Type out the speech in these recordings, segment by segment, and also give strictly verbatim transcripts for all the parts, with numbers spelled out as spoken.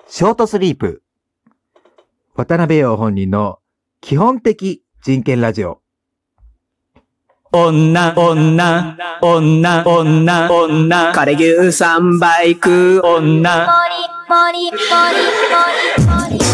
ショートスリープ。渡辺陽本人の基本的人権ラジオ。 女、女、女、女、女、枯れ牛三倍食う女。モリ、モリ、モリ、モリ、モリ、モリ。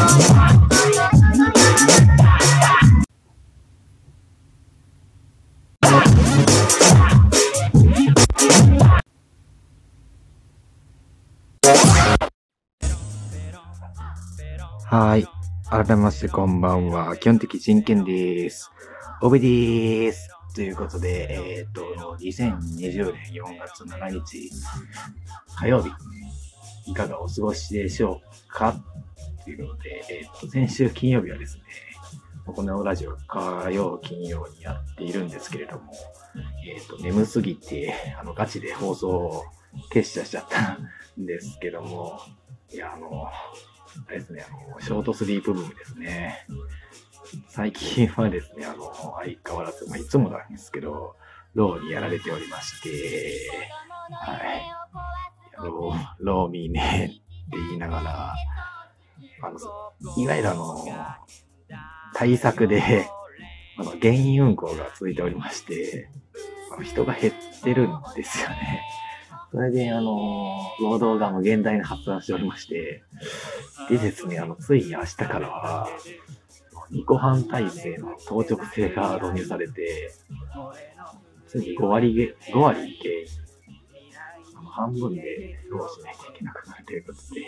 はい。改めましてこんばんは。基本的人権です。おべでーす。ということで、えっと、にせんにじゅうねんよんがつしちにち火曜日、いかがお過ごしでしょうかということで、えっと、先週金曜日はですね、このラジオ火曜金曜にやっているんですけれども、えっと、眠すぎて、あの、ガチで放送を消しちゃったんですけども、いや、あの、あれですね、あの、ショートスリープブームですね。最近はですね、あの、相変わらず、まあ、いつもなんですけど、ローにやられておりまして、はい。ロー、ローミーねって言いながら、あの、いわゆるあの、対策で、あの、原因運行が続いておりまして、あの人が減ってるんですよね。それで、あの、労働が無限大に発散しておりまして、でですね、あの、ついに明日からは、にこはん体制の当直制が導入されて、ついにごわり、ごわりで、半分で労をしないといけなくなるという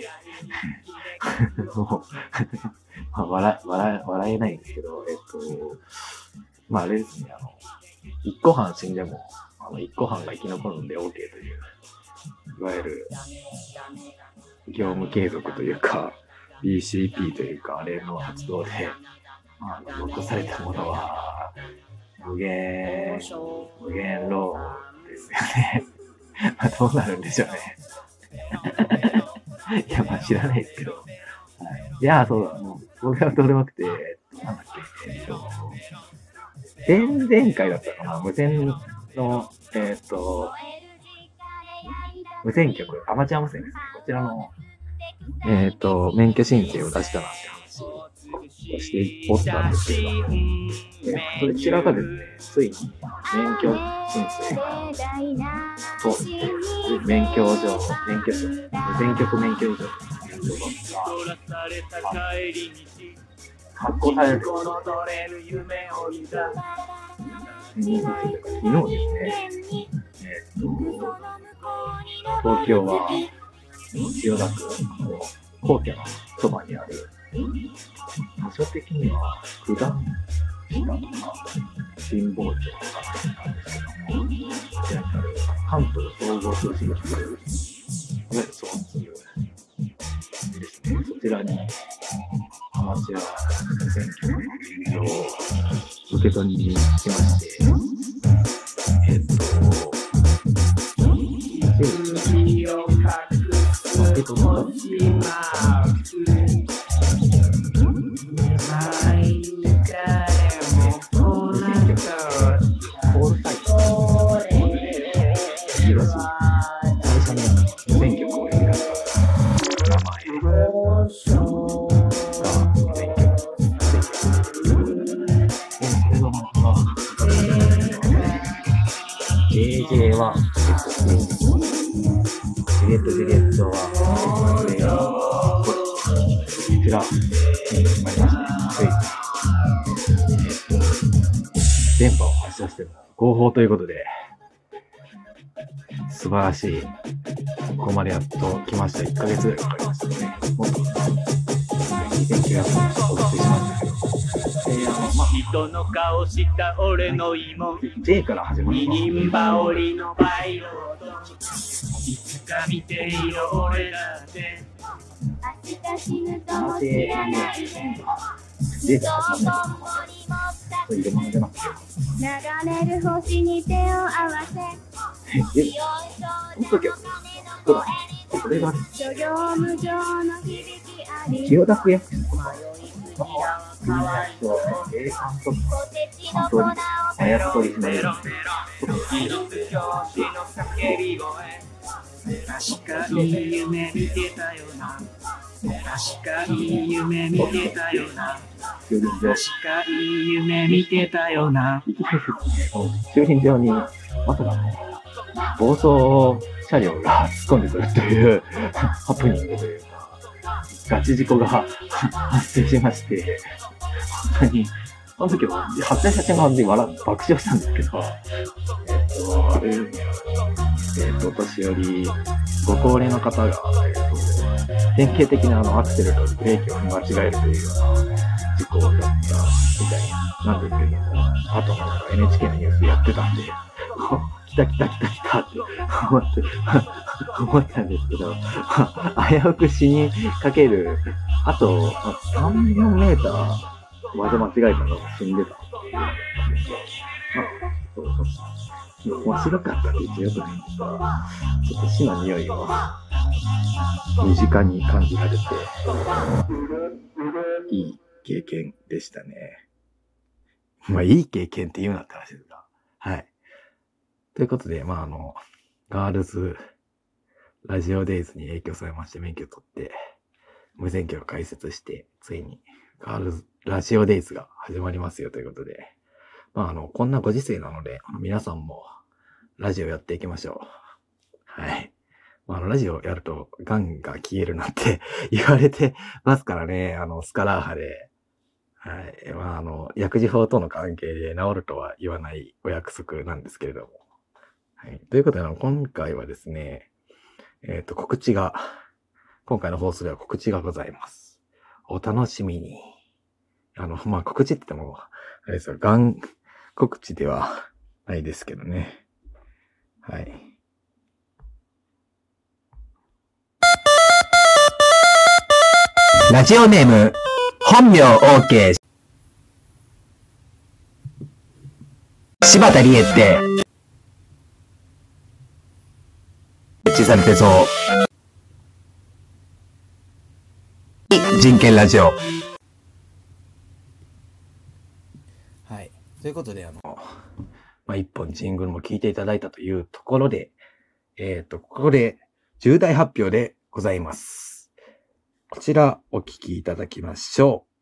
ことで、もう、まあ、笑、笑、笑えないんですけど、えっと、まあ、あれですね、あの、いっこはん死んでも、あの、いっこはんが生き残るんで OK という、いわゆる、業務継続というか、ビーシーピー というか、あれの発動で、あの、残されたものは、無限、無限ローですよね。まあ、どうなるんでしょうね。いや、まあ知らないですけど。はい、いや、そうだ、もう、これはどうでもよくて、なんだっけ、えっと、前々回だったかな、無線の、えっと、無線局、アマチュア無線ですね。こちらの、えっと、免許申請を出したなって話をしておったんですけど、そちらがですね、ついに免許申請が通って、免許状、免許証、無線局免許状が発行されるということで、昨日ですね、えっと、東京は千代田区の皇居のそばにある、場所的には九段下とか神保町とかなんですけども、こちらにある関東総合通信局という、いわゆるそうするですね、そちらにアマチュア無線局の免許を受け取りに来まして、えっと、受け取ったんですけど、ジェージェー は、ジュリエット、ジュリエットは、これが、こちら、に決まりまして、ついに、電波を発射しての合法ということで、素晴らしい。ここまでやっと来ました。いっかげつぐらいかかりましたね。もっと、にせんきゅうひゃくお送りしましたけど。えー、あの、まあ、 人の顔した俺の芋 J から始まる二人羽織のバイロードいつか見ている俺だって明日死ぬとも知らないで J から始まるそういう入れ物出ますよ。 流れる星に手を合わせえ、J この時はそうだ、これがね、千代田区役所の警官と関東に操取りのよう確かに夢見てたよな確かに夢見てたよな。確かに夢見てたよな。 駐輪場にまさかの暴走車両が突っ込んでくるというハプニングというかガチ事故が発生しまして、本当にその時は発生した瞬間に笑爆笑したんですけど、えっとあれえっとお年寄りご高齢の方が、えっと典型的なあのアクセルとブレーキを間違えるというような事故だったみたいなんですけども、あとなんか エヌエイチケー のニュースやってたんで、来た来た来た来たって思って思ったんですけど、危うく死にかける、あとさん、よんメーターまで間違えたのが死んでた。まあ、そうそう。面白かったって言ってよくないんですが、ちょっと死の匂いを身近に感じられて、いい経験でしたね。まあ、いい経験って言うなって話ですが。はい。ということで、まあ、あの、ガールズラジオデイズに影響されまして免許を取って、無免許を開設して、ついにガールズラジオデイズが始まりますよということで、まあ、あの、こんなご時世なので、あの皆さんもラジオやっていきましょう。はい。まあ、あの、ラジオやると、癌が消えるなんて言われてますからね、あの、スカラー派で。はい。まあ、あの、薬事法との関係で治るとは言わないお約束なんですけれども。はい。ということで、あの、今回はですね、えっと、告知が、今回の放送では告知がございます。お楽しみに。あの、まあ、告知って言っても、あれですよ、がん告知ではないですけどね。はい。ラジオネーム、本名 OK。柴田理恵って、設置されてそう。人権ラジオ。はい。ということで、あの、まあ、一本ジングルも聞いていただいたというところで、えっと、ここで重大発表でございます。こちらお聞きいただきましょう。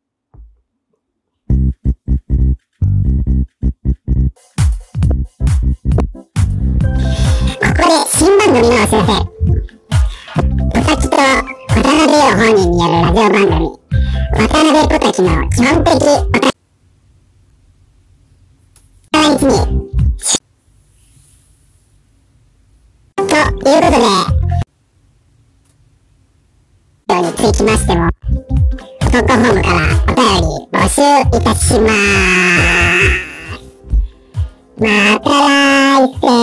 ここで新番組のお知らせ。ポタキと渡辺陽本人によるラジオ番組、渡辺ポタキの基本的オタク毎日にということで、につきましても投稿フォームからお便り募集いたしまーす。また来世。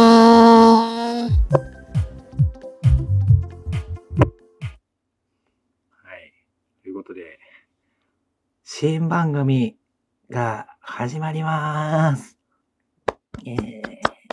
はい。ということで、新番組が始まりまーす。えー、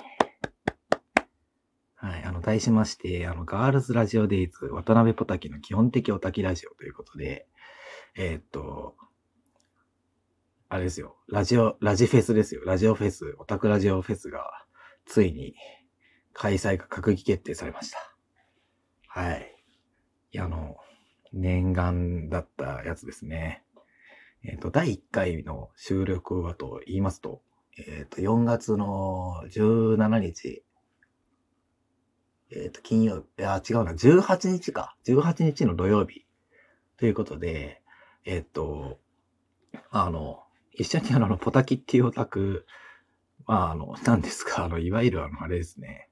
はい。あの、題しまして、あの、ガールズラジオデイズ、渡辺ポタキの基本的オタキラジオということで、えー、っと、あれですよ。ラジオ、ラジフェスですよ。ラジオフェス、オタクラジオフェスが、ついに、開催が閣議決定されました。はい。いや、あの、念願だったやつですね。えっと、だいいっかいの収録はと言いますと、えっと、よんがつのじゅうしちにち、えっと、金曜日、いや、違うな、じゅうはちにちか。じゅうはちにちの土曜日。ということで、えっと、あの、一緒にあの、ポタキっていうオタク、まあ、あの、何ですか、あの、いわゆるあの、あれですね。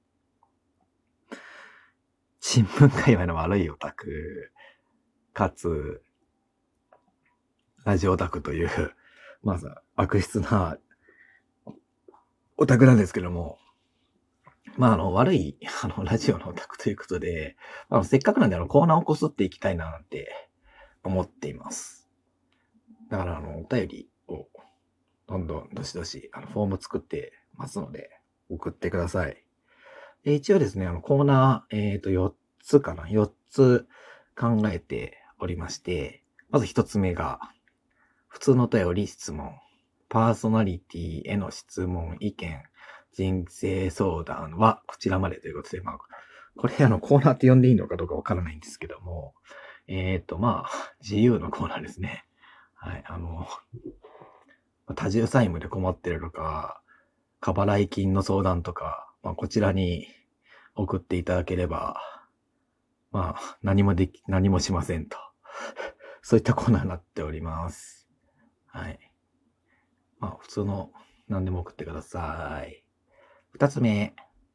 新聞界隈の悪いオタク、かつ、ラジオオタクという、まず、悪質なオタクなんですけども、まあ、あの、悪い、あの、ラジオのオタクということで、あの、せっかくなんで、あの、コーナーをこすっていきたいな、なんて思っています。だから、あの、お便りを、どんどん、どしどし、あの、フォーム作ってますので、送ってください。で、一応ですね、あの、コーナー、えっと、よっつかな ?よっ つ考えておりまして、まずひとつめが、普通のお便り質問、パーソナリティへの質問、意見、人生相談はこちらまでということで、まあ、これあのコーナーって呼んでいいのかどうかわからないんですけども、 えっと、まあ、自由のコーナーですね。はい。あの、多重債務で困ってるとか、過払い金の相談とか、まあ、こちらに送っていただければ、まあ、何もでき、何もしませんと。そういったコーナーになっております。はい。まあ、普通の何でも送ってください。二つ目。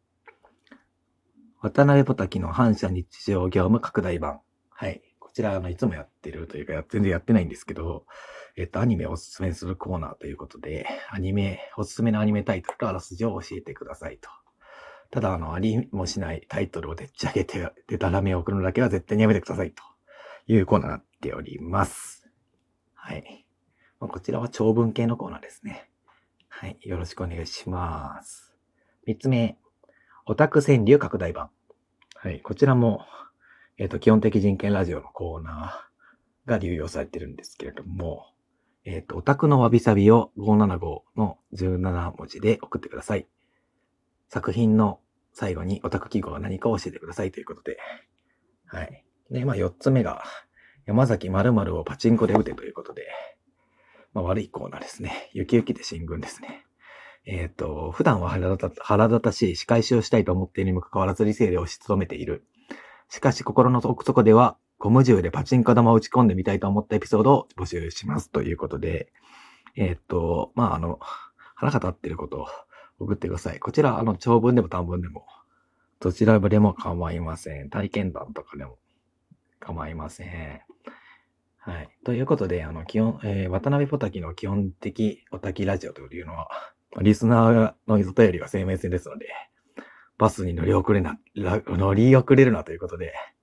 渡辺ポタキの反射日常業務拡大版。はい。こちら、あの、いつもやってるというか、全然やってないんですけど、えっと、アニメをおすすめするコーナーということで、アニメ、おすすめのアニメタイトルとあらすじを教えてくださいと。ただ、あの、ありもしないタイトルをでっち上げて、でたらめを送るのだけは絶対にやめてくださいというコーナーになっております。はい。まあ、こちらは長文系のコーナーですね。はい。よろしくお願いします。三つ目。オタク川柳拡大版。はい。こちらも、えっと、基本的人権ラジオのコーナーが流用されてるんですけれども、えっと、オタクのわびさびをごーななごのじゅうななもじで送ってください。作品の最後にオタク記号が何かを教えてくださいということで。はい。で、まあ、四つ目が、山崎〇〇をパチンコで打てということで、まあ、悪いコーナーですね。ゆきゆきで進軍ですね。えっと、普段は腹立た、腹立たしい仕返しをしたいと思っているにもかかわらず理性で押し務めている。しかし心の奥底では、ゴム銃でパチンコ玉を打ち込んでみたいと思ったエピソードを募集しますということで、えっと、まあ、あの、腹が立っていることを送ってください。こちら、あの、長文でも短文でも、どちらでも構いません。体験談とかでも構いません。はい。ということで、あの、基本、えー、渡辺ポタキの基本的オタキラジオというのは、リスナーのお便りが生命線ですので、バスに乗り遅れな、乗り遅れるなということで、